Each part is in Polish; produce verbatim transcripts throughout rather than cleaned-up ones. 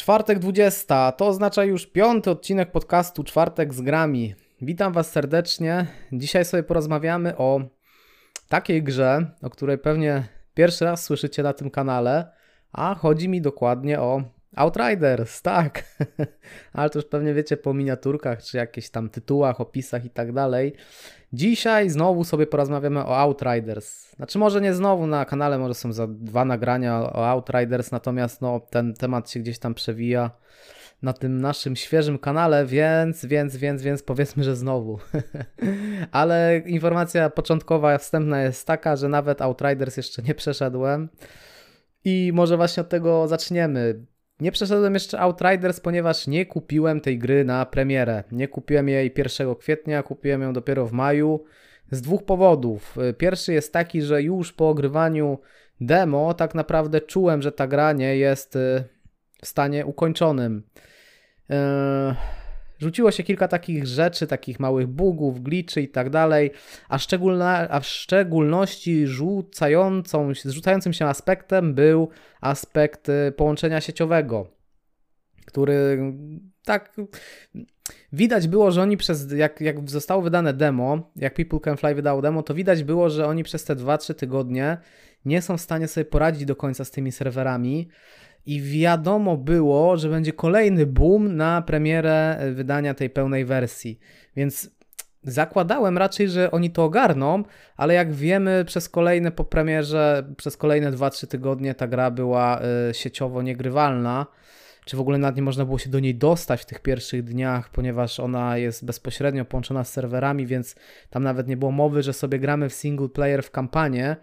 Czwartek dwudziesty, to oznacza już piąty odcinek podcastu Czwartek z grami. Witam Was serdecznie. Dzisiaj sobie porozmawiamy o takiej grze, o której pewnie pierwszy raz słyszycie na tym kanale, a chodzi mi dokładnie o Outriders, tak. Ale to już pewnie wiecie po miniaturkach, czy jakichś tam tytułach, opisach i tak dalej. Dzisiaj znowu sobie porozmawiamy o Outriders. Znaczy może nie znowu na kanale, może są za dwa nagrania o Outriders, natomiast no, ten temat się gdzieś tam przewija na tym naszym świeżym kanale, więc, więc, więc, więc powiedzmy, że znowu. Ale informacja początkowa, wstępna jest taka, że nawet Outriders jeszcze nie przeszedłem i może właśnie od tego zaczniemy. Nie przeszedłem jeszcze Outriders, ponieważ nie kupiłem tej gry na premierę. Nie kupiłem jej pierwszego kwietnia, kupiłem ją dopiero w maju z dwóch powodów. Pierwszy jest taki, że już po ogrywaniu demo tak naprawdę czułem, że ta gra nie jest w stanie ukończonym. Eee... Rzuciło się kilka takich rzeczy, takich małych bugów, glitchy i tak dalej, a, szczególna, a w szczególności rzucającą, rzucającym się aspektem był aspekt połączenia sieciowego, który tak widać było, że oni przez, jak, jak zostało wydane demo, jak People Can Fly wydało demo, to widać było, że oni przez te dwa trzy tygodnie nie są w stanie sobie poradzić do końca z tymi serwerami. I wiadomo było, że będzie kolejny boom na premierę wydania tej pełnej wersji. Więc zakładałem raczej, że oni to ogarną, ale jak wiemy, przez kolejne po premierze, przez kolejne dwa trzy tygodnie ta gra była y, sieciowo niegrywalna. Czy w ogóle nawet nie można było się do niej dostać w tych pierwszych dniach, ponieważ ona jest bezpośrednio połączona z serwerami, więc tam nawet nie było mowy, że sobie gramy w single player w kampanię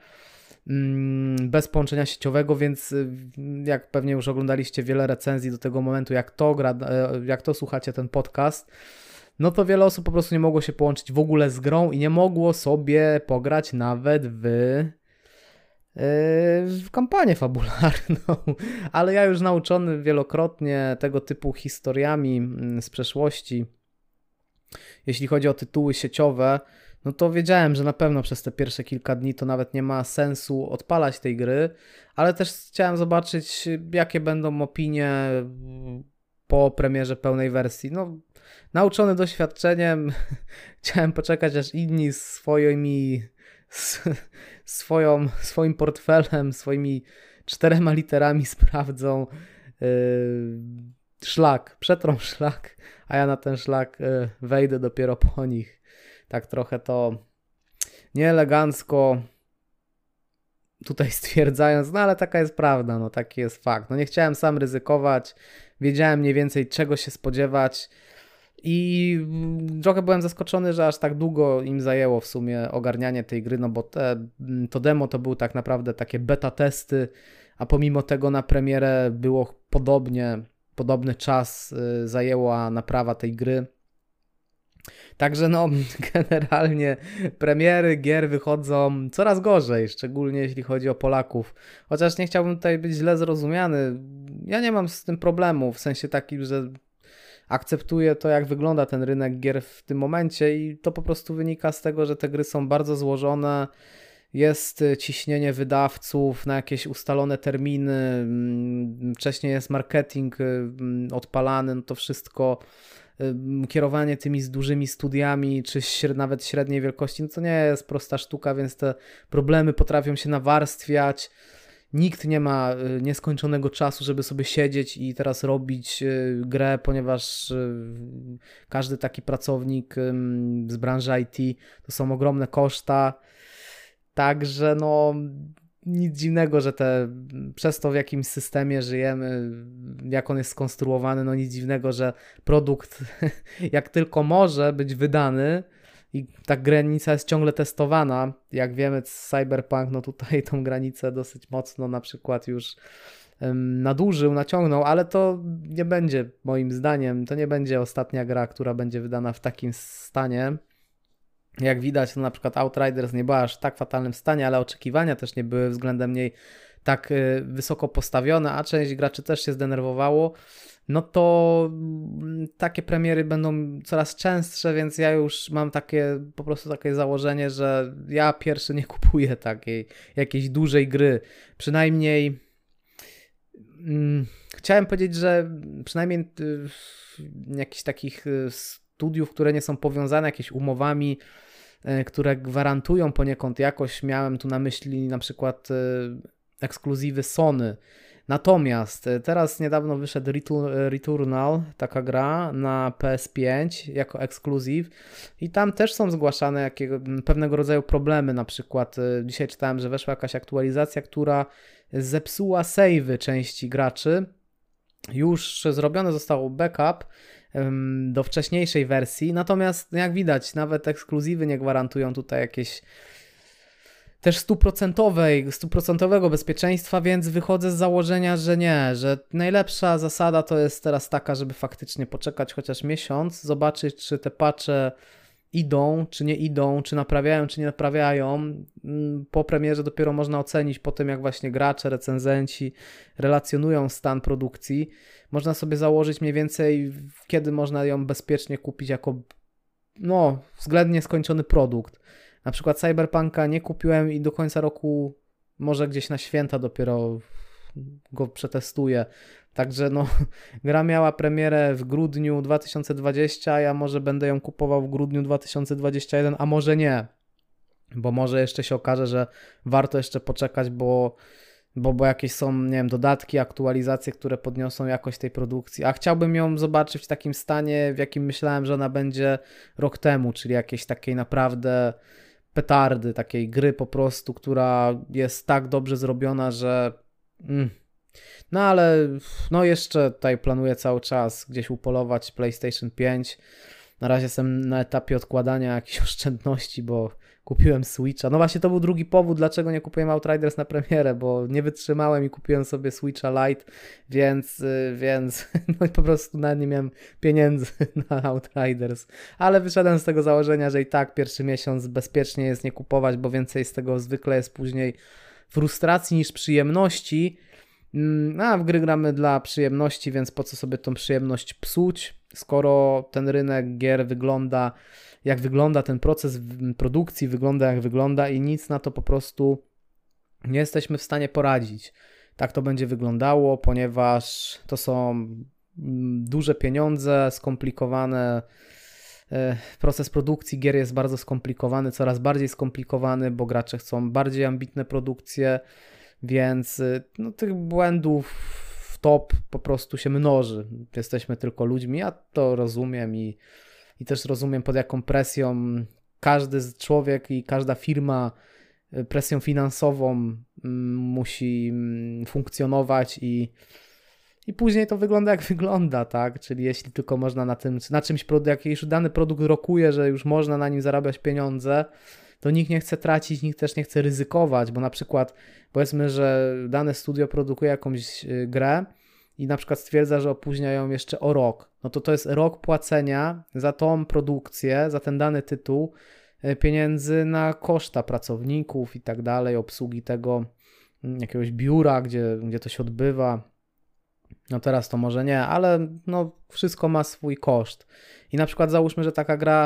bez połączenia sieciowego, więc jak pewnie już oglądaliście wiele recenzji do tego momentu, jak to gra, jak to słuchacie ten podcast, no to wiele osób po prostu nie mogło się połączyć w ogóle z grą i nie mogło sobie pograć nawet w, w kampanię fabularną. Ale ja już nauczony wielokrotnie tego typu historiami z przeszłości, jeśli chodzi o tytuły sieciowe, no to wiedziałem, że na pewno przez te pierwsze kilka dni to nawet nie ma sensu odpalać tej gry, ale też chciałem zobaczyć, jakie będą opinie po premierze pełnej wersji. No, nauczony doświadczeniem, chciałem poczekać, aż inni swoimi, swoją, swoim portfelem, swoimi czterema literami sprawdzą yy, szlak, przetrą szlak, a ja na ten szlak yy, wejdę dopiero po nich. Tak trochę to nieelegancko tutaj stwierdzając, no ale taka jest prawda, no taki jest fakt. No nie chciałem sam ryzykować, wiedziałem mniej więcej czego się spodziewać i trochę byłem zaskoczony, że aż tak długo im zajęło w sumie ogarnianie tej gry, no bo te, to demo to były tak naprawdę takie beta testy, a pomimo tego na premierę było podobnie, podobny czas zajęła naprawa tej gry. Także no, generalnie premiery gier wychodzą coraz gorzej, szczególnie jeśli chodzi o Polaków. Chociaż nie chciałbym tutaj być źle zrozumiany, ja nie mam z tym problemu, w sensie takim, że akceptuję to, jak wygląda ten rynek gier w tym momencie i to po prostu wynika z tego, że te gry są bardzo złożone, jest ciśnienie wydawców na jakieś ustalone terminy, wcześniej jest marketing odpalany, no to wszystko, kierowanie tymi z dużymi studiami, czy śred, nawet średniej wielkości, no to nie jest prosta sztuka, więc te problemy potrafią się nawarstwiać. Nikt nie ma nieskończonego czasu, żeby sobie siedzieć i teraz robić grę, ponieważ każdy taki pracownik z branży I T to są ogromne koszta. Także no nic dziwnego, że te, przez to w jakimś systemie żyjemy, jak on jest skonstruowany, no nic dziwnego, że produkt jak tylko może być wydany i ta granica jest ciągle testowana. Jak wiemy, Cyberpunk no tutaj tą granicę dosyć mocno na przykład już um, nadużył, naciągnął, ale to nie będzie, moim zdaniem, to nie będzie ostatnia gra, która będzie wydana w takim stanie. Jak widać, no na przykład Outriders nie była aż w tak fatalnym stanie, ale oczekiwania też nie były względem niej tak y, wysoko postawione, a część graczy też się zdenerwowało, no to y, takie premiery będą coraz częstsze, więc ja już mam takie, po prostu takie założenie, że ja pierwszy nie kupuję takiej jakiejś dużej gry, przynajmniej mm, chciałem powiedzieć, że przynajmniej y, jakichś takich y, studiów, które nie są powiązane jakimiś umowami, y, które gwarantują poniekąd jakość, miałem tu na myśli na przykład y, ekskluzywy Sony. Natomiast teraz niedawno wyszedł Returnal, taka gra na P S pięć jako ekskluzyw i tam też są zgłaszane jakiego, pewnego rodzaju problemy, na przykład dzisiaj czytałem, że weszła jakaś aktualizacja, która zepsuła save'y części graczy. Już zrobione zostało backup do wcześniejszej wersji, natomiast jak widać nawet ekskluzywy nie gwarantują tutaj jakieś też stuprocentowej, stuprocentowego bezpieczeństwa, więc wychodzę z założenia, że nie, że najlepsza zasada to jest teraz taka, żeby faktycznie poczekać chociaż miesiąc, zobaczyć, czy te patche idą, czy nie idą, czy naprawiają, czy nie naprawiają. Po premierze dopiero można ocenić po tym, jak właśnie gracze, recenzenci relacjonują stan produkcji. Można sobie założyć mniej więcej, kiedy można ją bezpiecznie kupić jako no, względnie skończony produkt. Na przykład Cyberpunka nie kupiłem i do końca roku może gdzieś na święta dopiero go przetestuję. Także no, gra miała premierę w grudniu dwa tysiące dwudziestym, a ja może będę ją kupował w grudniu dwa tysiące dwudziestym pierwszym, a może nie. Bo może jeszcze się okaże, że warto jeszcze poczekać, bo, bo, bo jakieś są, nie wiem, dodatki, aktualizacje, które podniosą jakość tej produkcji. A chciałbym ją zobaczyć w takim stanie, w jakim myślałem, że ona będzie rok temu, czyli jakiejś takiej naprawdę petardy, takiej gry po prostu, która jest tak dobrze zrobiona, że mm. no ale no jeszcze tutaj planuję cały czas gdzieś upolować PlayStation pięć. Na razie jestem na etapie odkładania jakichś oszczędności, bo kupiłem Switcha. No właśnie to był drugi powód, dlaczego nie kupiłem Outriders na premierę, bo nie wytrzymałem i kupiłem sobie Switcha Lite, więc, więc no i po prostu nawet nie miałem pieniędzy na Outriders. Ale wyszedłem z tego założenia, że i tak pierwszy miesiąc bezpiecznie jest nie kupować, bo więcej z tego zwykle jest później frustracji niż przyjemności. A w gry gramy dla przyjemności, więc po co sobie tą przyjemność psuć, skoro ten rynek gier wygląda jak wygląda, ten proces produkcji wygląda jak wygląda i nic na to po prostu nie jesteśmy w stanie poradzić. Tak to będzie wyglądało, ponieważ to są duże pieniądze, skomplikowane. Proces produkcji gier jest bardzo skomplikowany, coraz bardziej skomplikowany, bo gracze chcą bardziej ambitne produkcje, więc no, tych błędów w top po prostu się mnoży. Jesteśmy tylko ludźmi, ja to rozumiem i, i też rozumiem, pod jaką presją każdy człowiek i każda firma, presją finansową musi funkcjonować i, i później to wygląda jak wygląda, tak? Czyli jeśli tylko można na tym, na czymś, jak już dany produkt rokuje, że już można na nim zarabiać pieniądze, to nikt nie chce tracić, nikt też nie chce ryzykować, bo na przykład powiedzmy, że dane studio produkuje jakąś grę i na przykład stwierdza, że opóźnia ją jeszcze o rok, no to to jest rok płacenia za tą produkcję, za ten dany tytuł, pieniędzy na koszta pracowników i tak dalej, obsługi tego jakiegoś biura, gdzie, gdzie to się odbywa. No teraz to może nie, ale no wszystko ma swój koszt. I na przykład załóżmy, że taka gra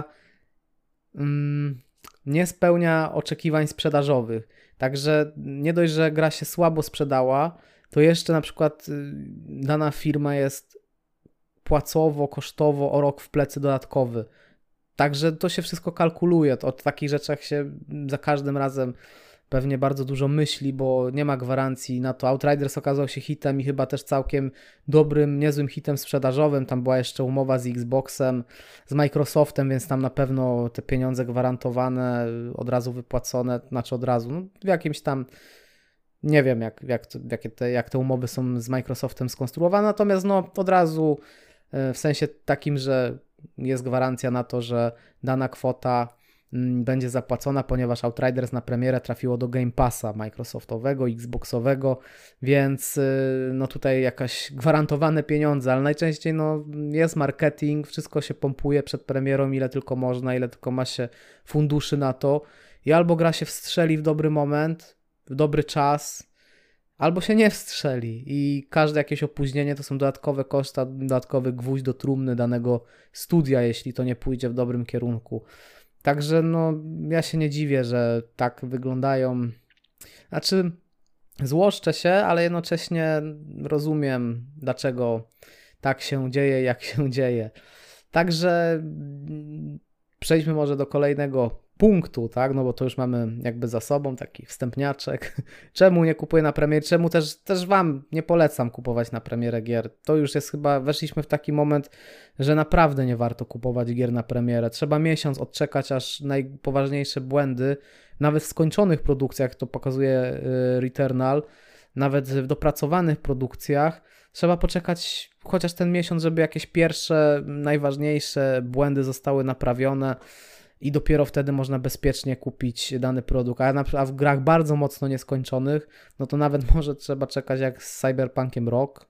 mm, nie spełnia oczekiwań sprzedażowych. Także nie dość, że gra się słabo sprzedała, to jeszcze na przykład dana firma jest płacowo, kosztowo o rok w plecy dodatkowy. Także to się wszystko kalkuluje. O takich rzeczach się za każdym razem pewnie bardzo dużo myśli, bo nie ma gwarancji na to. Outriders okazał się hitem i chyba też całkiem dobrym, niezłym hitem sprzedażowym. Tam była jeszcze umowa z Xboxem, z Microsoftem, więc tam na pewno te pieniądze gwarantowane, od razu wypłacone, znaczy od razu, no w jakimś tam, nie wiem jak, jak, to, jakie te, jak te umowy są z Microsoftem skonstruowane, natomiast no od razu w sensie takim, że jest gwarancja na to, że dana kwota będzie zapłacona, ponieważ Outriders na premierę trafiło do Game Passa Microsoftowego, Xboxowego, więc no tutaj jakaś gwarantowane pieniądze, ale najczęściej no jest marketing, wszystko się pompuje przed premierą, ile tylko można, ile tylko ma się funduszy na to i albo gra się wstrzeli w dobry moment, w dobry czas, albo się nie wstrzeli i każde jakieś opóźnienie to są dodatkowe koszta, dodatkowy gwóźdź do trumny danego studia, jeśli to nie pójdzie w dobrym kierunku. Także no ja się nie dziwię, że tak wyglądają. Znaczy złoszczę się, ale jednocześnie rozumiem, dlaczego tak się dzieje, jak się dzieje. Także przejdźmy może do kolejnego punktu, tak, no bo to już mamy jakby za sobą taki wstępniaczek. Czemu nie kupuję na premierę? Czemu też, też wam nie polecam kupować na premierę gier? To już jest chyba, weszliśmy w taki moment, że naprawdę nie warto kupować gier na premierę. Trzeba miesiąc odczekać, aż najpoważniejsze błędy, nawet w skończonych produkcjach, to pokazuje Returnal, nawet w dopracowanych produkcjach, trzeba poczekać chociaż ten miesiąc, żeby jakieś pierwsze, najważniejsze błędy zostały naprawione i dopiero wtedy można bezpiecznie kupić dany produkt. A, na, a w grach bardzo mocno nieskończonych, no to nawet może trzeba czekać jak z Cyberpunkiem rok.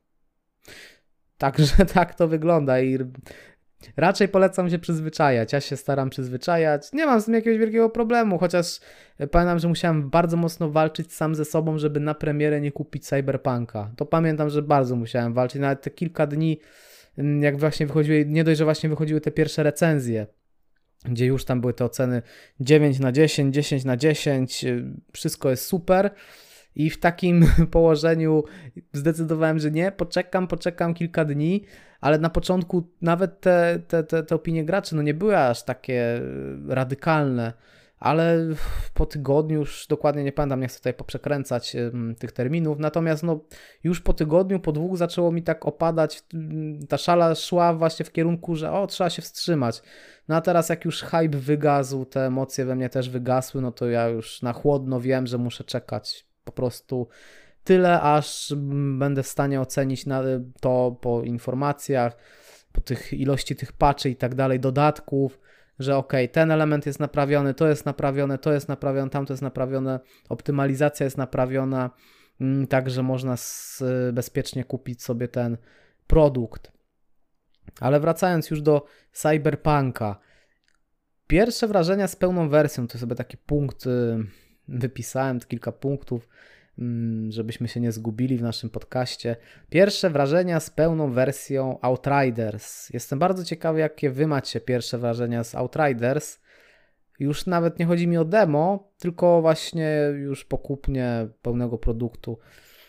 Także tak to wygląda i raczej polecam się przyzwyczajać. Ja się staram przyzwyczajać. Nie mam z tym jakiegoś wielkiego problemu, chociaż pamiętam, że musiałem bardzo mocno walczyć sam ze sobą, żeby na premierę nie kupić Cyberpunka. To pamiętam, że bardzo musiałem walczyć. Nawet te kilka dni, jak właśnie wychodziły, nie dość, że właśnie wychodziły te pierwsze recenzje, gdzie już tam były te oceny dziewięć na dziesięć, dziesięć na dziesięć, wszystko jest super. I w takim położeniu zdecydowałem, że nie, poczekam, poczekam kilka dni, ale na początku nawet te, te, te, te opinie graczy no nie były aż takie radykalne, ale po tygodniu, już dokładnie nie pamiętam, nie chcę tutaj poprzekręcać tych terminów, natomiast no już po tygodniu, po dwóch zaczęło mi tak opadać, ta szala szła właśnie w kierunku, że o, trzeba się wstrzymać. No a teraz jak już hype wygasł, te emocje we mnie też wygasły, no to ja już na chłodno wiem, że muszę czekać po prostu tyle, aż będę w stanie ocenić to po informacjach, po tych ilości tych patchy i tak dalej, dodatków, że ok, ten element jest naprawiony, to jest naprawione, to jest naprawione, tamto jest naprawione, optymalizacja jest naprawiona, tak że można bezpiecznie kupić sobie ten produkt. Ale wracając już do Cyberpunka, pierwsze wrażenia z pełną wersją, to sobie taki punkt wypisałem, kilka punktów, żebyśmy się nie zgubili w naszym podcaście. Pierwsze wrażenia z pełną wersją Outriders. Jestem bardzo ciekawy, jakie wy macie pierwsze wrażenia z Outriders. Już nawet nie chodzi mi o demo, tylko właśnie już po kupnie pełnego produktu.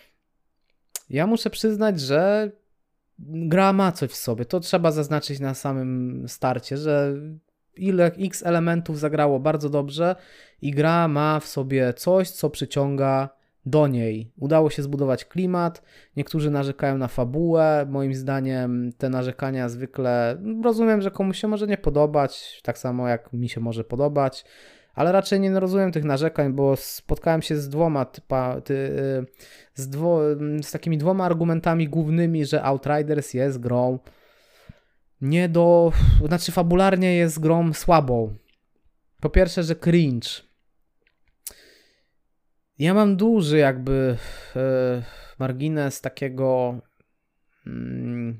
Ja muszę przyznać, że gra ma coś w sobie. To trzeba zaznaczyć na samym starcie, że ile x elementów zagrało bardzo dobrze i gra ma w sobie coś, co przyciąga do niej. Udało się zbudować klimat, niektórzy narzekają na fabułę, moim zdaniem te narzekania zwykle, rozumiem, że komuś się może nie podobać, tak samo jak mi się może podobać, ale raczej nie rozumiem tych narzekań, bo spotkałem się z dwoma typa, ty, z, dwo, z takimi dwoma argumentami głównymi, że Outriders jest grą nie do, znaczy fabularnie jest grą słabą. Po pierwsze, że cringe. Ja mam duży jakby e, margines takiego mm,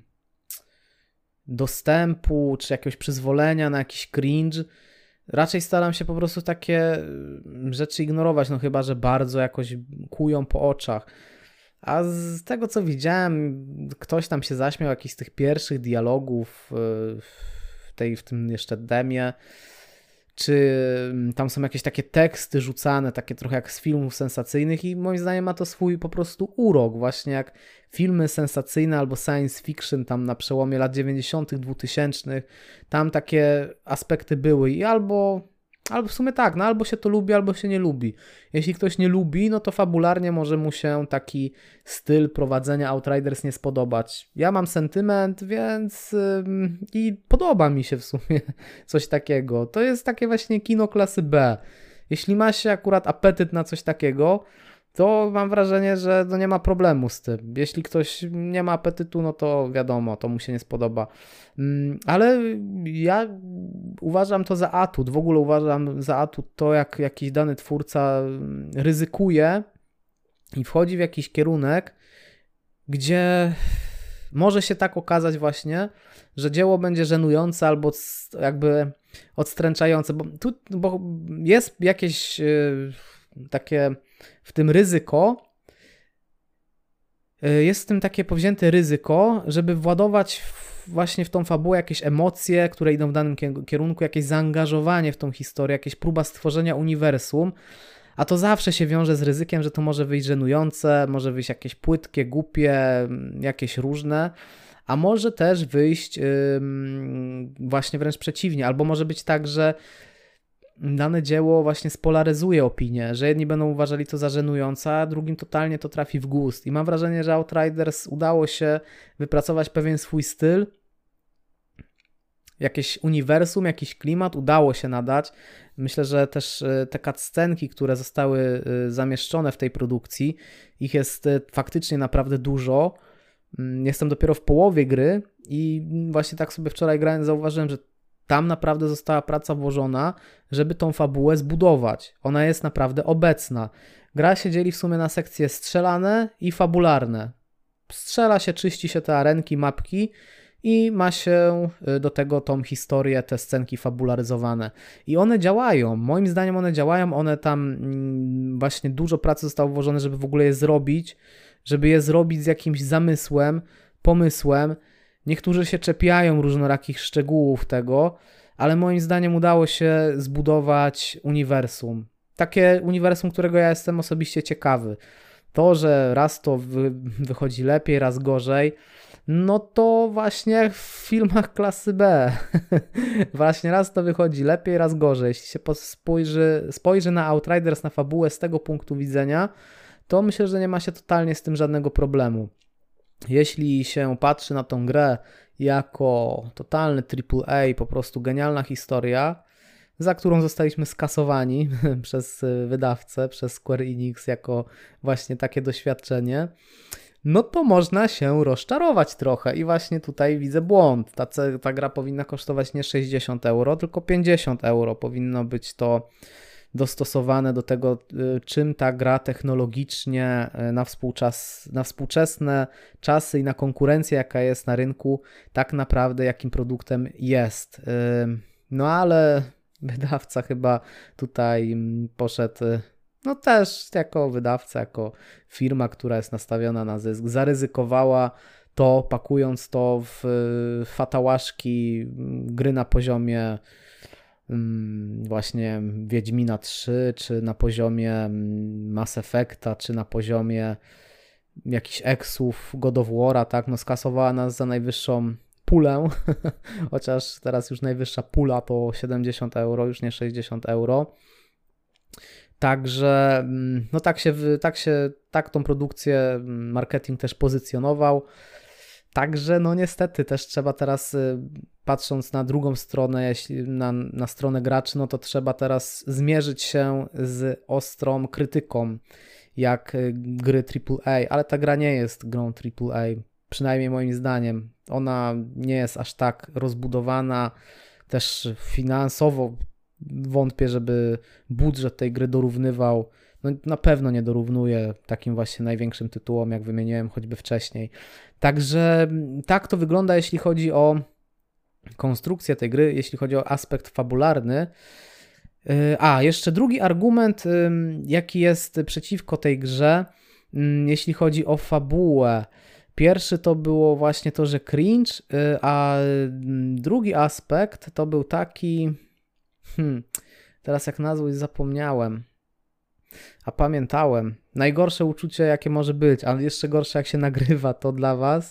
dostępu, czy jakiegoś przyzwolenia na jakiś cringe. Raczej staram się po prostu takie rzeczy ignorować, no chyba, że bardzo jakoś kują po oczach. A z tego, co widziałem, ktoś tam się zaśmiał jakichś z tych pierwszych dialogów w, tej, w tym jeszcze demie, czy tam są jakieś takie teksty rzucane, takie trochę jak z filmów sensacyjnych i moim zdaniem ma to swój po prostu urok, właśnie jak filmy sensacyjne albo science fiction tam na przełomie lat dziewięćdziesiątych, dwutysięcznych, tam takie aspekty były i albo, albo w sumie tak, no albo się to lubi, albo się nie lubi. Jeśli ktoś nie lubi, no to fabularnie może mu się taki styl prowadzenia Outriders nie spodobać. Ja mam sentyment, więc yy, i podoba mi się w sumie coś takiego. To jest takie właśnie kino klasy B. Jeśli ma się akurat apetyt na coś takiego, to mam wrażenie, że no nie ma problemu z tym. Jeśli ktoś nie ma apetytu, no to wiadomo, to mu się nie spodoba. Ale ja uważam to za atut, w ogóle uważam za atut to, jak jakiś dany twórca ryzykuje i wchodzi w jakiś kierunek, gdzie może się tak okazać właśnie, że dzieło będzie żenujące albo jakby odstręczające, bo tu bo jest jakieś yy, takie w tym ryzyko, jest w tym takie powzięte ryzyko, żeby władować w, właśnie w tą fabułę jakieś emocje, które idą w danym kierunku, jakieś zaangażowanie w tą historię, jakieś próba stworzenia uniwersum, a to zawsze się wiąże z ryzykiem, że to może wyjść żenujące, może wyjść jakieś płytkie, głupie, jakieś różne, a może też wyjść yy, właśnie wręcz przeciwnie, albo może być tak, że dane dzieło właśnie spolaryzuje opinię, że jedni będą uważali to za żenujące, a drugim totalnie to trafi w gust. I mam wrażenie, że Outriders udało się wypracować pewien swój styl, jakieś uniwersum, jakiś klimat udało się nadać. Myślę, że też te cutscenki, które zostały zamieszczone w tej produkcji, ich jest faktycznie naprawdę dużo. Jestem dopiero w połowie gry i właśnie tak sobie wczoraj grając zauważyłem, że tam naprawdę została praca włożona, żeby tą fabułę zbudować. Ona jest naprawdę obecna. Gra się dzieli w sumie na sekcje strzelane i fabularne. Strzela się, czyści się te arenki, mapki i ma się do tego tą historię, te scenki fabularyzowane. I one działają. Moim zdaniem one działają. One tam właśnie dużo pracy zostało włożone, żeby w ogóle je zrobić, żeby je zrobić z jakimś zamysłem, pomysłem. Niektórzy się czepiają różnorakich szczegółów tego, ale moim zdaniem udało się zbudować uniwersum. Takie uniwersum, którego ja jestem osobiście ciekawy. To, że raz to wy, wychodzi lepiej, raz gorzej, no to właśnie jak w filmach klasy B. Właśnie raz to wychodzi lepiej, raz gorzej. Jeśli się spojrzy, spojrzy na Outriders, na fabułę z tego punktu widzenia, to myślę, że nie ma się totalnie z tym żadnego problemu. Jeśli się patrzy na tą grę jako totalny triple A, po prostu genialna historia, za którą zostaliśmy skasowani przez wydawcę, przez Square Enix jako właśnie takie doświadczenie, no to można się rozczarować trochę i właśnie tutaj widzę błąd. Ta, ta gra powinna kosztować nie sześćdziesiąt euro, tylko pięćdziesiąt euro. Powinno być to dostosowane do tego, czym ta gra technologicznie na, współczas, na współczesne czasy i na konkurencję, jaka jest na rynku, tak naprawdę jakim produktem jest. No ale wydawca chyba tutaj poszedł, no też jako wydawca, jako firma, która jest nastawiona na zysk, zaryzykowała to, pakując to w fatałaszki gry na poziomie właśnie Wiedźmina trzy, czy na poziomie Mass Effecta, czy na poziomie jakichś eksów God of War'a, tak, no skasowała nas za najwyższą pulę, chociaż teraz już najwyższa pula to siedemdziesiąt euro, już nie sześćdziesiąt euro. Także no tak się, tak się, tak tą produkcję marketing też pozycjonował. Także no niestety też trzeba teraz, patrząc na drugą stronę, jeśli na, na stronę graczy, no to trzeba teraz zmierzyć się z ostrą krytyką, jak gry triple A, ale ta gra nie jest grą triple A, przynajmniej moim zdaniem. Ona nie jest aż tak rozbudowana, też finansowo wątpię, żeby budżet tej gry dorównywał, no na pewno nie dorównuje takim właśnie największym tytułom, jak wymieniłem choćby wcześniej. Także tak to wygląda, jeśli chodzi o konstrukcję tej gry, jeśli chodzi o aspekt fabularny. A, jeszcze drugi argument, jaki jest przeciwko tej grze, jeśli chodzi o fabułę. Pierwszy to było właśnie to, że cringe, a drugi aspekt to był taki... Hmm, teraz jak nazwać zapomniałem, a pamiętałem. Najgorsze uczucie, jakie może być, ale jeszcze gorsze, jak się nagrywa to dla was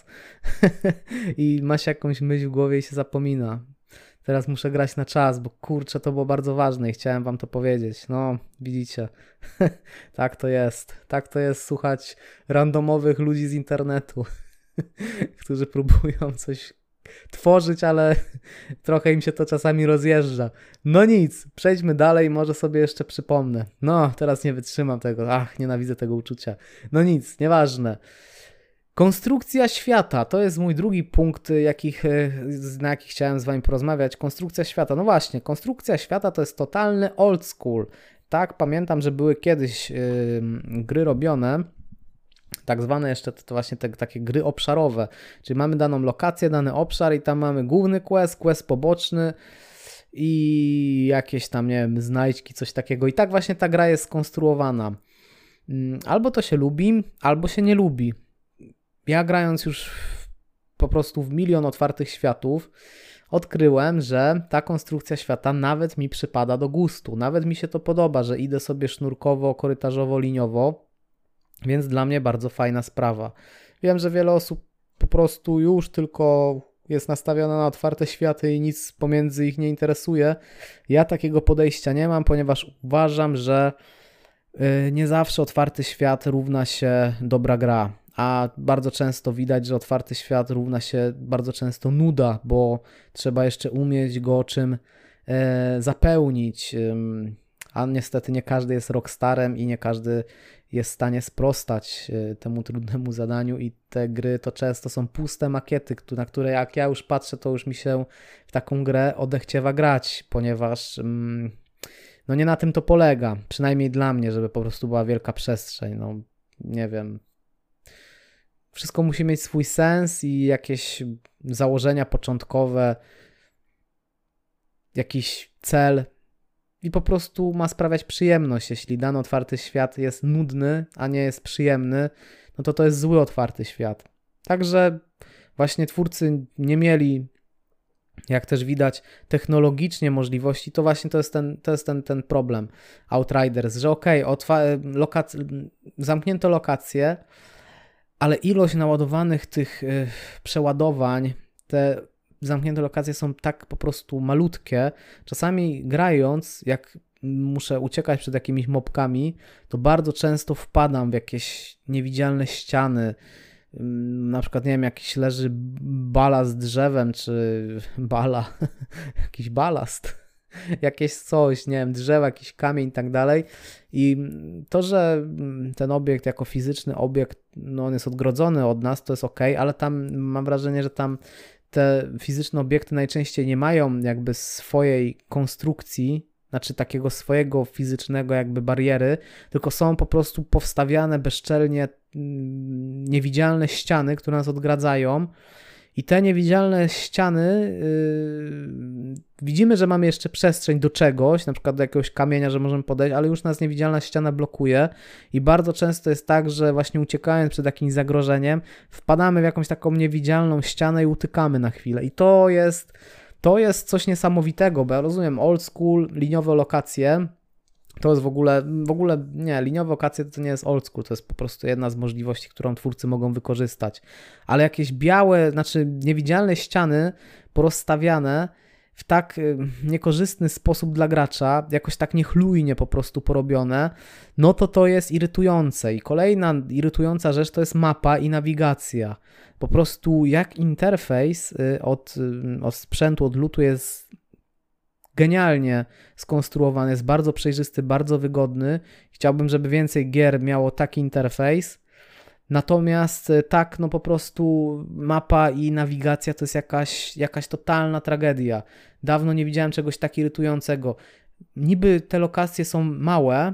i ma się jakąś myśl w głowie i się zapomina. Teraz muszę grać na czas, bo kurczę, to było bardzo ważne i chciałem wam to powiedzieć. No, widzicie, tak to jest. Tak to jest słuchać randomowych ludzi z internetu, którzy próbują coś tworzyć, ale trochę im się to czasami rozjeżdża. No nic, przejdźmy dalej, może sobie jeszcze przypomnę. No, teraz nie wytrzymam tego. Ach, nienawidzę tego uczucia. No nic, nieważne. Konstrukcja świata, to jest mój drugi punkt, jakich, na jaki chciałem z wami porozmawiać. Konstrukcja świata, no właśnie, konstrukcja świata to jest totalny old school. Tak, pamiętam, że były kiedyś yy, gry robione, tak zwane jeszcze to właśnie te, takie gry obszarowe, czyli mamy daną lokację, dany obszar i tam mamy główny quest, quest poboczny i jakieś tam, nie wiem, znajdźki, coś takiego. I tak właśnie ta gra jest skonstruowana. Albo to się lubi, albo się nie lubi. Ja grając już po prostu w milion otwartych światów odkryłem, że ta konstrukcja świata nawet mi przypada do gustu. Nawet mi się to podoba, że idę sobie sznurkowo, korytarzowo, liniowo, więc dla mnie bardzo fajna sprawa. Wiem, że wiele osób po prostu już tylko jest nastawiona na otwarte światy i nic pomiędzy ich nie interesuje. Ja takiego podejścia nie mam, ponieważ uważam, że nie zawsze otwarty świat równa się dobra gra, a bardzo często widać, że otwarty świat równa się bardzo często nuda, bo trzeba jeszcze umieć go czym zapełnić, a niestety nie każdy jest rockstarem i nie każdy jest w stanie sprostać temu trudnemu zadaniu i te gry to często są puste makiety, na które jak ja już patrzę, to już mi się w taką grę odechciewa grać, ponieważ no nie na tym to polega, przynajmniej dla mnie, żeby po prostu była wielka przestrzeń, no nie wiem. Wszystko musi mieć swój sens i jakieś założenia początkowe, jakiś cel i po prostu ma sprawiać przyjemność. Jeśli dany otwarty świat jest nudny, a nie jest przyjemny, no to to jest zły otwarty świat. Także właśnie twórcy nie mieli, jak też widać, technologicznie możliwości, to właśnie to jest ten, to jest ten, ten problem Outriders, że okej, okay, lokac- zamknięto lokacje, ale ilość naładowanych tych y, przeładowań, te zamknięte lokacje są tak po prostu malutkie. Czasami grając, jak muszę uciekać przed jakimiś mobkami, to bardzo często wpadam w jakieś niewidzialne ściany. Na przykład, nie wiem, jakiś leży bala z drzewem, czy bala, jakiś balast, jakieś coś, nie wiem, drzewa, jakiś kamień i tak dalej. I to, że ten obiekt jako fizyczny obiekt, no on jest odgrodzony od nas, to jest ok, ale tam mam wrażenie, że tam te fizyczne obiekty najczęściej nie mają jakby swojej konstrukcji, znaczy takiego swojego fizycznego jakby bariery, tylko są po prostu powstawiane bezczelnie niewidzialne ściany, które nas odgradzają i te niewidzialne ściany yy, widzimy, że mamy jeszcze przestrzeń do czegoś, na przykład do jakiegoś kamienia, że możemy podejść, ale już nas niewidzialna ściana blokuje i bardzo często jest tak, że właśnie uciekając przed jakimś zagrożeniem wpadamy w jakąś taką niewidzialną ścianę i utykamy na chwilę i to jest To jest coś niesamowitego, bo ja rozumiem old school, liniowe lokacje, to jest w ogóle, w ogóle nie, liniowe lokacje to nie jest old school, to jest po prostu jedna z możliwości, którą twórcy mogą wykorzystać, ale jakieś białe, znaczy niewidzialne ściany porozstawiane w tak niekorzystny sposób dla gracza, jakoś tak niechlujnie po prostu porobione, no to to jest irytujące. I kolejna irytująca rzecz to jest mapa i nawigacja. Po prostu jak interfejs od, od sprzętu, od lutu jest genialnie skonstruowany, jest bardzo przejrzysty, bardzo wygodny. Chciałbym, żeby więcej gier miało taki interfejs. Natomiast tak, no po prostu mapa i nawigacja to jest jakaś, jakaś totalna tragedia. Dawno nie widziałem czegoś tak irytującego. Niby te lokacje są małe,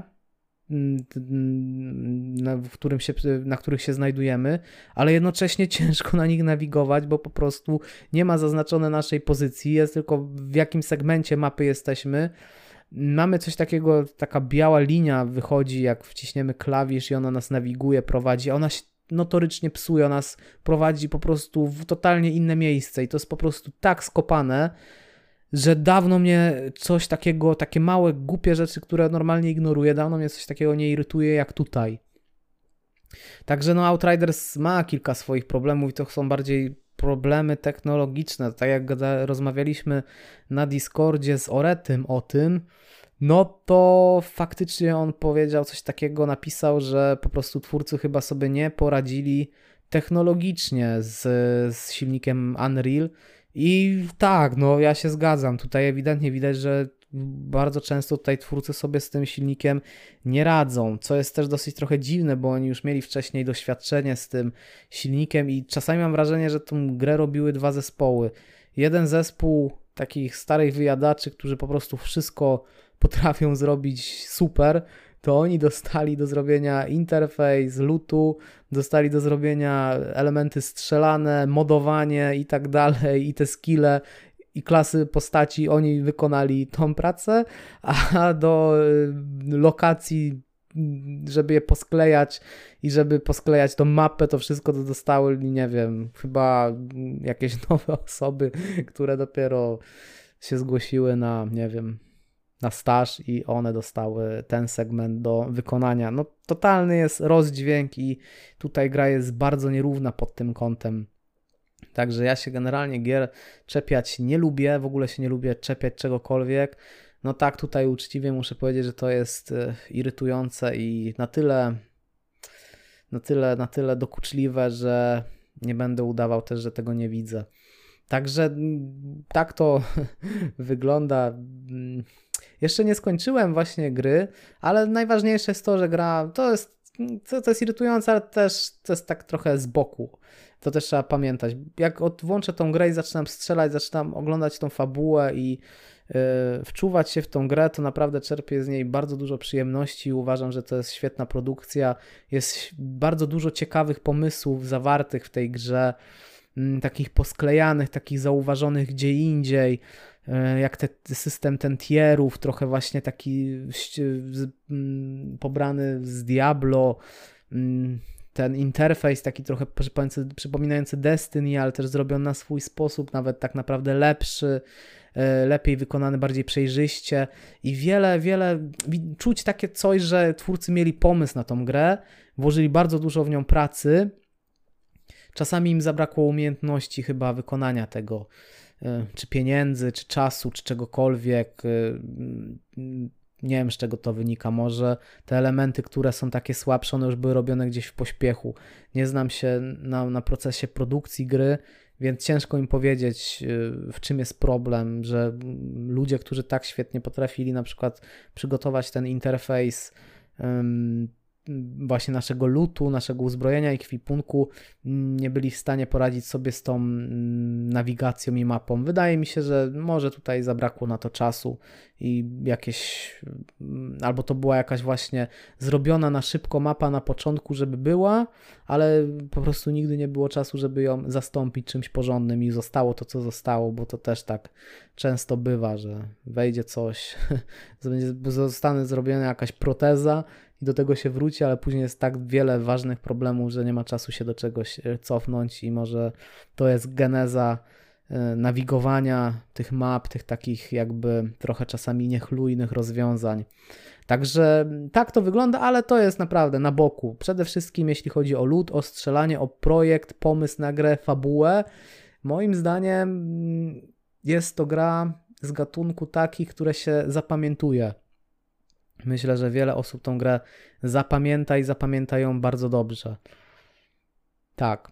na, w którym się, na których się znajdujemy, ale jednocześnie ciężko na nich nawigować, bo po prostu nie ma zaznaczone naszej pozycji, jest tylko w jakim segmencie mapy jesteśmy. Mamy coś takiego, taka biała linia wychodzi, jak wciśniemy klawisz i ona nas nawiguje, prowadzi, ona się notorycznie psuje, ona nas prowadzi po prostu w totalnie inne miejsce i to jest po prostu tak skopane, że dawno mnie coś takiego, takie małe, głupie rzeczy, które normalnie ignoruję, dawno mnie coś takiego nie irytuje jak tutaj. Także no Outriders ma kilka swoich problemów i to są bardziej problemy technologiczne. Tak jak rozmawialiśmy na Discordzie z Oretym o tym, no to faktycznie on powiedział coś takiego, napisał, że po prostu twórcy chyba sobie nie poradzili technologicznie z, z silnikiem Unreal i tak, no ja się zgadzam, tutaj ewidentnie widać, że bardzo często tutaj twórcy sobie z tym silnikiem nie radzą, co jest też dosyć trochę dziwne, bo oni już mieli wcześniej doświadczenie z tym silnikiem i czasami mam wrażenie, że tą grę robiły dwa zespoły. Jeden zespół takich starych wyjadaczy, którzy po prostu wszystko potrafią zrobić super, to oni dostali do zrobienia interfejs, lootu, dostali do zrobienia elementy strzelane, modowanie i tak dalej, i te skille i klasy postaci, oni wykonali tą pracę, a do lokacji żeby je posklejać i żeby posklejać tą mapę, to wszystko to dostały, nie wiem, chyba jakieś nowe osoby, które dopiero się zgłosiły na, nie wiem, na staż i one dostały ten segment do wykonania. No totalny jest rozdźwięk i tutaj gra jest bardzo nierówna pod tym kątem. Także ja się generalnie gier czepiać nie lubię, w ogóle się nie lubię czepiać czegokolwiek. No tak, tutaj uczciwie muszę powiedzieć, że to jest irytujące i na tyle, na tyle, na tyle dokuczliwe, że nie będę udawał też, że tego nie widzę. Także tak to wygląda. Jeszcze nie skończyłem właśnie gry, ale najważniejsze jest to, że gra to jest, to, to jest irytujące, ale też to jest tak trochę z boku. To też trzeba pamiętać. Jak od, włączę tą grę i zaczynam strzelać, zaczynam oglądać tą fabułę i yy, wczuwać się w tą grę, to naprawdę czerpię z niej bardzo dużo przyjemności i uważam, że to jest świetna produkcja. Jest bardzo dużo ciekawych pomysłów zawartych w tej grze, yy, takich posklejanych, takich zauważonych gdzie indziej, yy, jak te, system ten tierów, trochę właśnie taki yy, yy, pobrany z Diablo, yy, ten interfejs taki trochę przypominający Destiny, ale też zrobiony na swój sposób, nawet tak naprawdę lepszy, lepiej wykonany, bardziej przejrzyście i wiele, wiele, czuć takie coś, że twórcy mieli pomysł na tą grę, włożyli bardzo dużo w nią pracy, czasami im zabrakło umiejętności chyba wykonania tego, czy pieniędzy, czy czasu, czy czegokolwiek. Nie wiem, z czego to wynika. Może te elementy, które są takie słabsze, one już były robione gdzieś w pośpiechu. Nie znam się na, na procesie produkcji gry, więc ciężko im powiedzieć, w czym jest problem, że ludzie, którzy tak świetnie potrafili na przykład przygotować ten interfejs um, właśnie naszego lootu, naszego uzbrojenia i ekwipunku, nie byli w stanie poradzić sobie z tą nawigacją i mapą. Wydaje mi się, że może tutaj zabrakło na to czasu i jakieś, albo to była jakaś właśnie zrobiona na szybko mapa na początku, żeby była, ale po prostu nigdy nie było czasu, żeby ją zastąpić czymś porządnym i zostało to, co zostało, bo to też tak często bywa, że wejdzie coś, zostanie zrobiona jakaś proteza i do tego się wróci, ale później jest tak wiele ważnych problemów, że nie ma czasu się do czegoś cofnąć i może to jest geneza nawigowania tych map, tych takich jakby trochę czasami niechlujnych rozwiązań. Także tak to wygląda, ale to jest naprawdę na boku. Przede wszystkim jeśli chodzi o loot, o strzelanie, o projekt, pomysł na grę, fabułę, moim zdaniem jest to gra z gatunku takich, które się zapamiętuje. Myślę, że wiele osób tą grę zapamięta i zapamięta ją bardzo dobrze. Tak.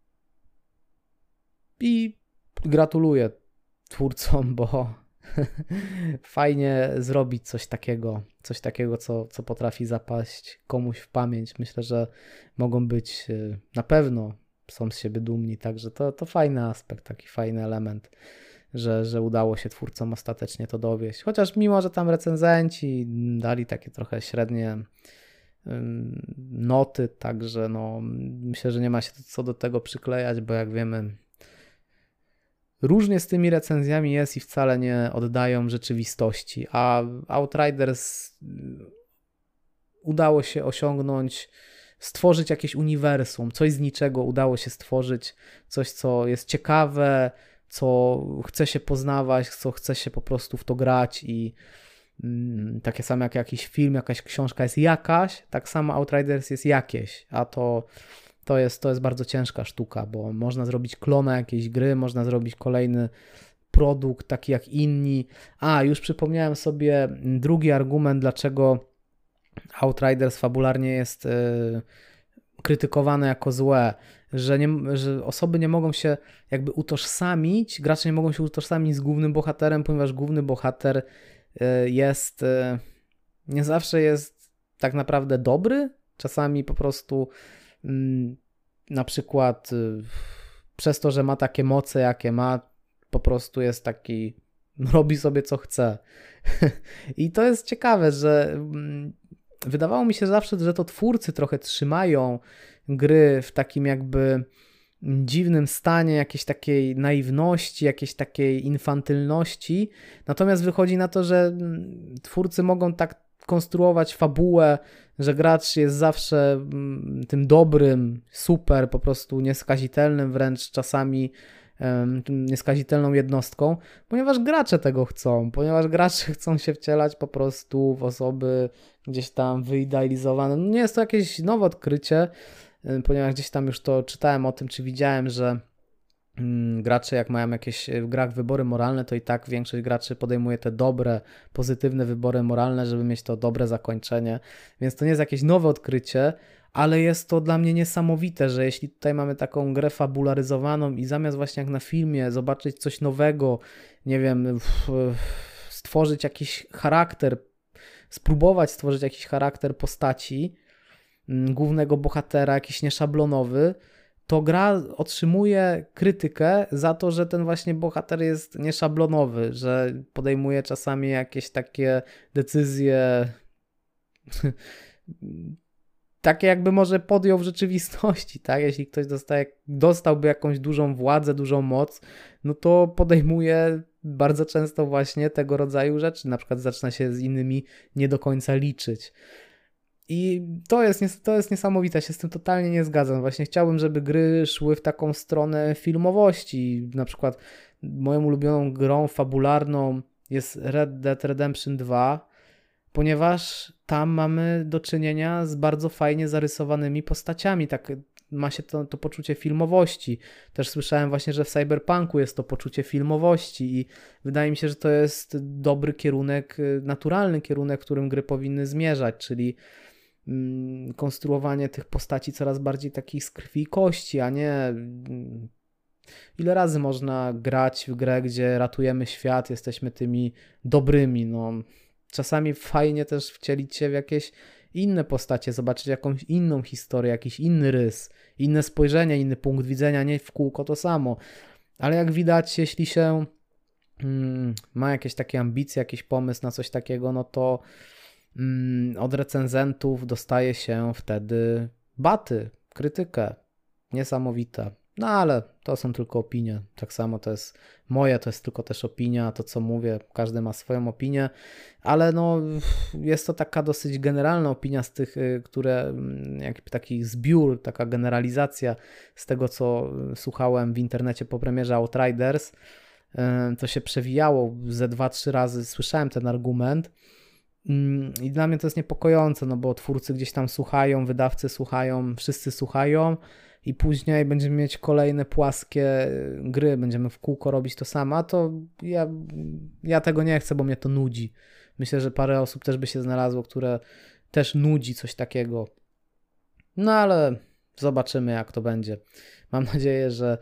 I gratuluję twórcom, bo fajnie zrobić coś takiego, coś takiego, co, co potrafi zapaść komuś w pamięć. Myślę, że mogą być, na pewno są z siebie dumni, także to, to fajny aspekt, taki fajny element, że, że udało się twórcom ostatecznie to dowieść. Chociaż mimo, że tam recenzenci dali takie trochę średnie noty, także no, myślę, że nie ma się co do tego przyklejać, bo jak wiemy, różnie z tymi recenzjami jest i wcale nie oddają rzeczywistości, a Outriders udało się osiągnąć, stworzyć jakieś uniwersum, coś z niczego udało się stworzyć, coś, co jest ciekawe, co chce się poznawać, co chce się po prostu w to grać i mm, takie samo jak jakiś film, jakaś książka jest jakaś, tak samo Outriders jest jakieś, a to To jest, to jest bardzo ciężka sztuka, bo można zrobić klona jakiejś gry, można zrobić kolejny produkt, taki jak inni. A, już przypomniałem sobie drugi argument, dlaczego Outriders fabularnie jest yy, krytykowane jako złe, że, nie, że osoby nie mogą się jakby utożsamić, gracze nie mogą się utożsamić z głównym bohaterem, ponieważ główny bohater yy, jest, yy, nie zawsze jest tak naprawdę dobry, czasami po prostu na przykład przez to, że ma takie moce, jakie ma, po prostu jest taki, robi sobie co chce. I to jest ciekawe, że wydawało mi się zawsze, że to twórcy trochę trzymają gry w takim jakby dziwnym stanie, jakiejś takiej naiwności, jakiejś takiej infantylności, natomiast wychodzi na to, że twórcy mogą tak konstruować fabułę, że gracz jest zawsze mm, tym dobrym, super, po prostu nieskazitelnym, wręcz czasami um, nieskazitelną jednostką, ponieważ gracze tego chcą, ponieważ gracze chcą się wcielać po prostu w osoby gdzieś tam wyidealizowane. No nie jest to jakieś nowe odkrycie, ponieważ gdzieś tam już to czytałem o tym, czy widziałem, że gracze jak mają jakieś w grach wybory moralne, to i tak większość graczy podejmuje te dobre, pozytywne wybory moralne, żeby mieć to dobre zakończenie, więc to nie jest jakieś nowe odkrycie, ale jest to dla mnie niesamowite, że jeśli tutaj mamy taką grę fabularyzowaną i zamiast właśnie jak na filmie zobaczyć coś nowego, nie wiem, stworzyć jakiś charakter, spróbować stworzyć jakiś charakter postaci, głównego bohatera, jakiś nieszablonowy, to gra otrzymuje krytykę za to, że ten właśnie bohater jest nieszablonowy, że podejmuje czasami jakieś takie decyzje takie jakby może podjął w rzeczywistości, tak? Jeśli ktoś dostaje, dostałby jakąś dużą władzę, dużą moc, no to podejmuje bardzo często właśnie tego rodzaju rzeczy, na przykład zaczyna się z innymi nie do końca liczyć. I to jest, to jest niesamowite, się z tym totalnie nie zgadzam. Właśnie chciałbym, żeby gry szły w taką stronę filmowości. Na przykład moją ulubioną grą fabularną jest Red Dead Redemption dwa, ponieważ tam mamy do czynienia z bardzo fajnie zarysowanymi postaciami. Tak ma się to, to poczucie filmowości. Też słyszałem właśnie, że w Cyberpunku jest to poczucie filmowości i wydaje mi się, że to jest dobry kierunek, naturalny kierunek, w którym gry powinny zmierzać, czyli konstruowanie tych postaci coraz bardziej takich z krwi i kości, a nie ile razy można grać w grę, gdzie ratujemy świat, jesteśmy tymi dobrymi, no czasami fajnie też wcielić się w jakieś inne postacie, zobaczyć jakąś inną historię, jakiś inny rys, inne spojrzenie, inny punkt widzenia, nie w kółko to samo, ale jak widać, jeśli się hmm, ma jakieś takie ambicje, jakiś pomysł na coś takiego, no to od recenzentów dostaje się wtedy baty, krytykę. Niesamowite. No ale to są tylko opinie. Tak samo to jest moje, to jest tylko też opinia, to co mówię, każdy ma swoją opinię, ale no jest to taka dosyć generalna opinia z tych, które, jak taki zbiór, taka generalizacja z tego, co słuchałem w internecie po premierze Outriders. To się przewijało ze dwa, trzy razy, słyszałem ten argument. I dla mnie to jest niepokojące, no bo twórcy gdzieś tam słuchają, wydawcy słuchają, wszyscy słuchają i później będziemy mieć kolejne płaskie gry, będziemy w kółko robić to samo, a to ja, ja tego nie chcę, bo mnie to nudzi. Myślę, że parę osób też by się znalazło, które też nudzi coś takiego. No ale zobaczymy, jak to będzie. Mam nadzieję, że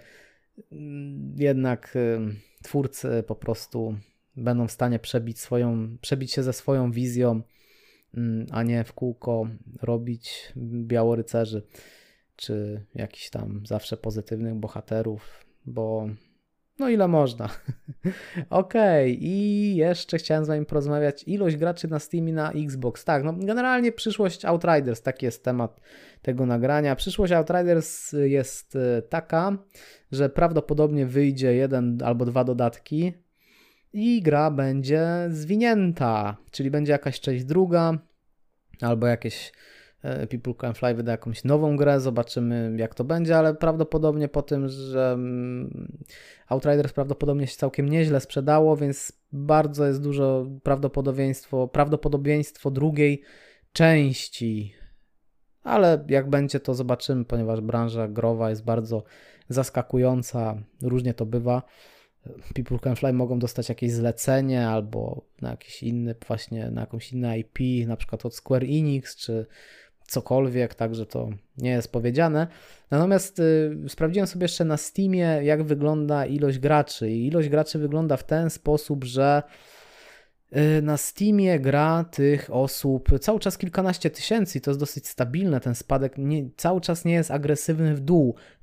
jednak twórcy po prostu będą w stanie przebić, swoją, przebić się ze swoją wizją, a nie w kółko robić białorycerzy, czy jakichś tam zawsze pozytywnych bohaterów, bo no ile można. Okej, okay. I jeszcze chciałem z wami porozmawiać ilość graczy na Steamie na Xbox. Tak, no generalnie przyszłość Outriders, taki jest temat tego nagrania. Przyszłość Outriders jest taka, że prawdopodobnie wyjdzie jeden albo dwa dodatki, i gra będzie zwinięta, czyli będzie jakaś część druga, albo jakieś People Can Fly wyda jakąś nową grę, zobaczymy jak to będzie, ale prawdopodobnie po tym, że Outriders prawdopodobnie się całkiem nieźle sprzedało, więc bardzo jest dużo prawdopodobieństwo, prawdopodobieństwo drugiej części, ale jak będzie to zobaczymy, ponieważ branża growa jest bardzo zaskakująca, różnie to bywa. People Can Fly mogą dostać jakieś zlecenie albo na jakiś inny, właśnie na jakąś inne I P, na przykład od Square Enix, czy cokolwiek, także to nie jest powiedziane. Natomiast y, sprawdziłem sobie jeszcze na Steamie, jak wygląda ilość graczy i ilość graczy wygląda w ten sposób, że y, na Steamie gra tych osób cały czas kilkanaście tysięcy i to jest dosyć stabilne, ten spadek nie, cały czas nie jest agresywny w dół.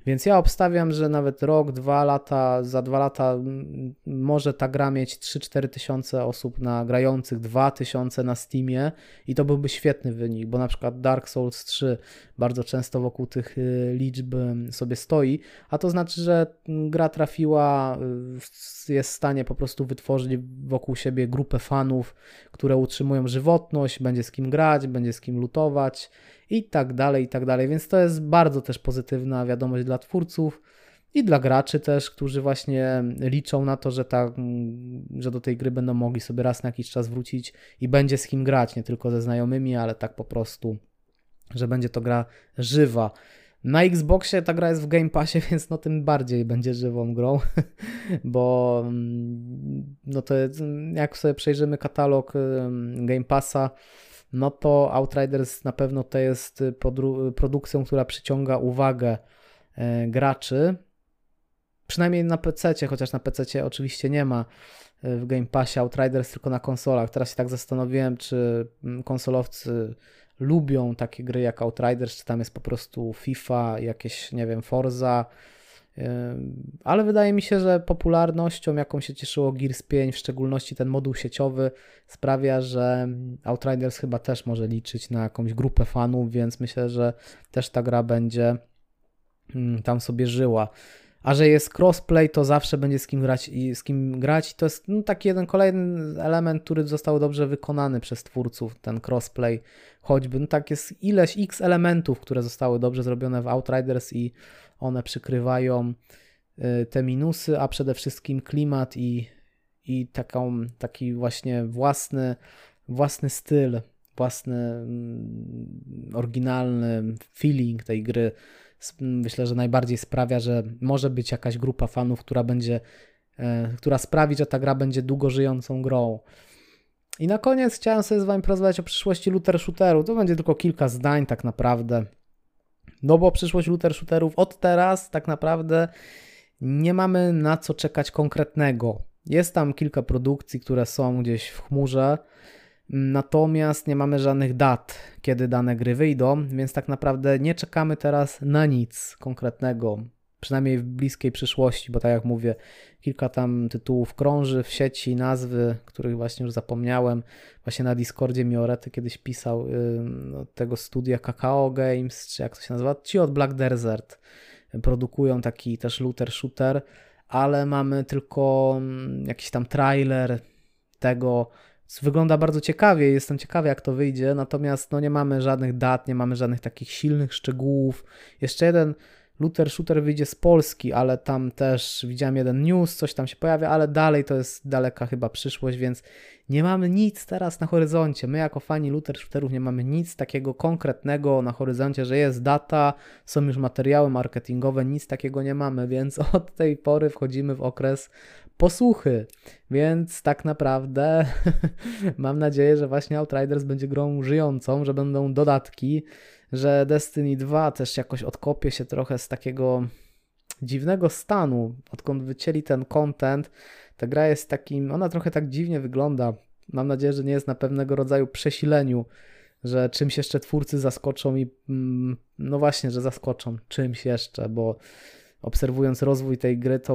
Więc ja obstawiam, że nawet rok, dwa lata, za dwa lata może ta gra mieć trzy cztery tysiące osób na grających, dwa tysiące na Steamie i to byłby świetny wynik, bo na przykład Dark Souls trzy bardzo często wokół tych liczb sobie stoi, a to znaczy, że gra trafiła, jest w stanie po prostu wytworzyć wokół siebie grupę fanów, które utrzymują żywotność, będzie z kim grać, będzie z kim lutować i tak dalej, i tak dalej, więc to jest bardzo też pozytywna wiadomość dla twórców i dla graczy też, którzy właśnie liczą na to, że, ta, że do tej gry będą mogli sobie raz na jakiś czas wrócić i będzie z kim grać, nie tylko ze znajomymi, ale tak po prostu, że będzie to gra żywa. Na Xboxie ta gra jest w Game Passie, więc no tym bardziej będzie żywą grą, bo no to jest, jak sobie przejrzymy katalog Game Passa, no to Outriders na pewno to jest produkcją, która przyciąga uwagę graczy, przynajmniej na pececie, chociaż na pececie oczywiście nie ma w Game Passie Outriders, tylko na konsolach. Teraz się tak zastanowiłem, czy konsolowcy lubią takie gry jak Outriders, czy tam jest po prostu FIFA, jakieś, nie wiem, Forza, ale wydaje mi się, że popularnością, jaką się cieszyło Gears pięć, w szczególności ten moduł sieciowy, sprawia, że Outriders chyba też może liczyć na jakąś grupę fanów, więc myślę, że też ta gra będzie tam sobie żyła. A że jest crossplay, to zawsze będzie z kim grać i z kim grać. To jest no, taki jeden kolejny element, który został dobrze wykonany przez twórców, ten crossplay. Choćby no, tak jest ileś x elementów, które zostały dobrze zrobione w Outriders i one przykrywają y, te minusy, a przede wszystkim klimat i, i taką, taki właśnie własny, własny styl, własny mm, oryginalny feeling tej gry. Myślę, że najbardziej sprawia, że może być jakaś grupa fanów, która będzie, e, która sprawi, że ta gra będzie długo żyjącą grą. I na koniec chciałem sobie z wami porozmawiać o przyszłości looter shooterów. To będzie tylko kilka zdań tak naprawdę. No bo przyszłość looter shooterów od teraz tak naprawdę nie mamy na co czekać konkretnego. Jest tam kilka produkcji, które są gdzieś w chmurze, natomiast nie mamy żadnych dat, kiedy dane gry wyjdą, więc tak naprawdę nie czekamy teraz na nic konkretnego, przynajmniej w bliskiej przyszłości, bo tak jak mówię, kilka tam tytułów krąży w sieci, nazwy, których właśnie już zapomniałem. Właśnie na Discordzie mi Orety kiedyś pisał yy, tego studia Kakao Games, czy jak to się nazywa, ci od Black Desert produkują taki też looter shooter, ale mamy tylko jakiś tam trailer tego. Wygląda bardzo ciekawie, jestem ciekawy jak to wyjdzie, natomiast no nie mamy żadnych dat, nie mamy żadnych takich silnych szczegółów. Jeszcze jeden looter shooter wyjdzie z Polski, ale tam też widziałem jeden news, coś tam się pojawia, ale dalej to jest daleka chyba przyszłość, więc nie mamy nic teraz na horyzoncie. My jako fani looter shooterów nie mamy nic takiego konkretnego na horyzoncie, że jest data, są już materiały marketingowe, nic takiego nie mamy, więc od tej pory wchodzimy w okres posłuchy, więc tak naprawdę mam nadzieję, że właśnie Outriders będzie grą żyjącą, że będą dodatki, że Destiny dwa też jakoś odkopie się trochę z takiego dziwnego stanu, odkąd wycięli ten content. Ta gra jest takim, ona trochę tak dziwnie wygląda. Mam nadzieję, że nie jest na pewnego rodzaju przesileniu, że czymś jeszcze twórcy zaskoczą i no właśnie, że zaskoczą czymś jeszcze, bo obserwując rozwój tej gry, to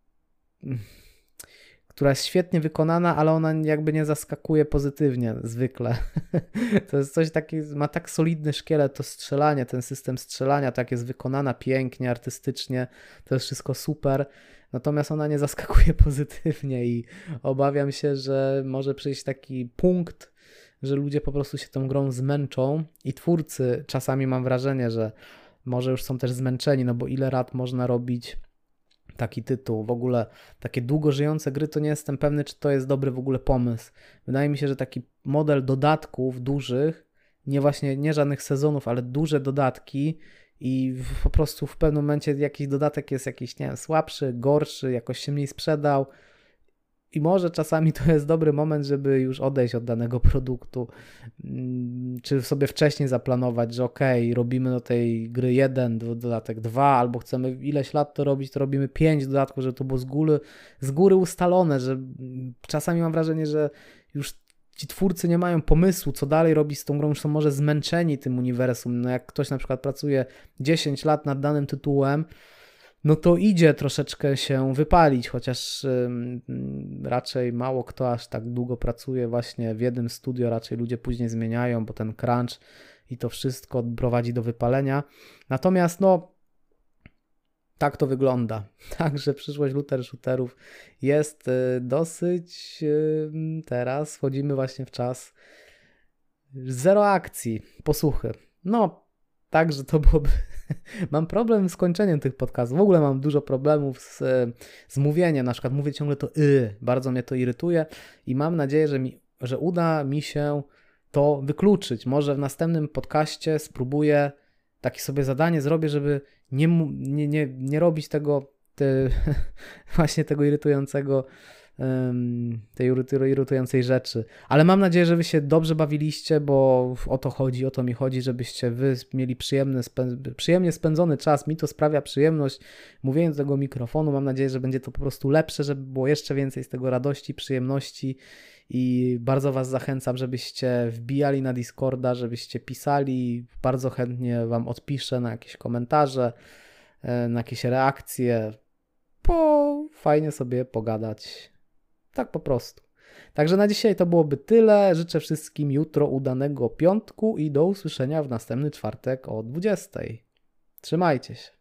która jest świetnie wykonana, ale ona jakby nie zaskakuje pozytywnie zwykle. To jest coś takiego, ma tak solidny szkielet, to strzelanie, ten system strzelania, tak jest wykonana pięknie, artystycznie, to jest wszystko super, natomiast ona nie zaskakuje pozytywnie i obawiam się, że może przyjść taki punkt, że ludzie po prostu się tą grą zmęczą i twórcy czasami mam wrażenie, że może już są też zmęczeni, no bo ile lat można robić taki tytuł, w ogóle takie długo żyjące gry, to nie jestem pewny, czy to jest dobry w ogóle pomysł. Wydaje mi się, że taki model dodatków dużych, nie właśnie, nie żadnych sezonów, ale duże dodatki i po prostu w pewnym momencie jakiś dodatek jest jakiś, nie wiem, słabszy, gorszy, jakoś się mniej sprzedał i może czasami to jest dobry moment, żeby już odejść od danego produktu, czy sobie wcześniej zaplanować, że okej, okay, robimy do tej gry jeden dodatek, dwa, albo chcemy ileś lat to robić, to robimy pięć dodatków, żeby to było z góry, z góry ustalone, że czasami mam wrażenie, że już ci twórcy nie mają pomysłu, co dalej robić z tą grą, już są może zmęczeni tym uniwersum. No jak ktoś na przykład pracuje dziesięć lat nad danym tytułem, no to idzie troszeczkę się wypalić, chociaż ym, raczej mało kto aż tak długo pracuje właśnie w jednym studio, raczej ludzie później zmieniają, bo ten crunch i to wszystko prowadzi do wypalenia. Natomiast no tak to wygląda. Także przyszłość looter shooterów jest y, dosyć y, teraz wchodzimy właśnie w czas zero akcji, posłuchy. No, także to byłoby... Mam problem z kończeniem tych podcastów. W ogóle mam dużo problemów z, z mówieniem. Na przykład mówię ciągle to y. Bardzo mnie to irytuje i mam nadzieję, że, mi, że uda mi się to wykluczyć. Może w następnym podcaście spróbuję takie sobie zadanie zrobię, żeby nie, nie, nie, nie robić tego te, właśnie tego irytującego tej irytującej rzeczy. Ale mam nadzieję, że wy się dobrze bawiliście, bo o to chodzi, o to mi chodzi, żebyście wy mieli przyjemny, spę- przyjemnie spędzony czas. Mi to sprawia przyjemność mówienie do tego mikrofonu. Mam nadzieję, że będzie to po prostu lepsze, żeby było jeszcze więcej z tego radości, przyjemności i bardzo was zachęcam, żebyście wbijali na Discorda, żebyście pisali. Bardzo chętnie wam odpiszę na jakieś komentarze, na jakieś reakcje, bo fajnie sobie pogadać. Tak po prostu. Także na dzisiaj to byłoby tyle. Życzę wszystkim jutro udanego piątku i do usłyszenia w następny czwartek o dwudziestej. Trzymajcie się.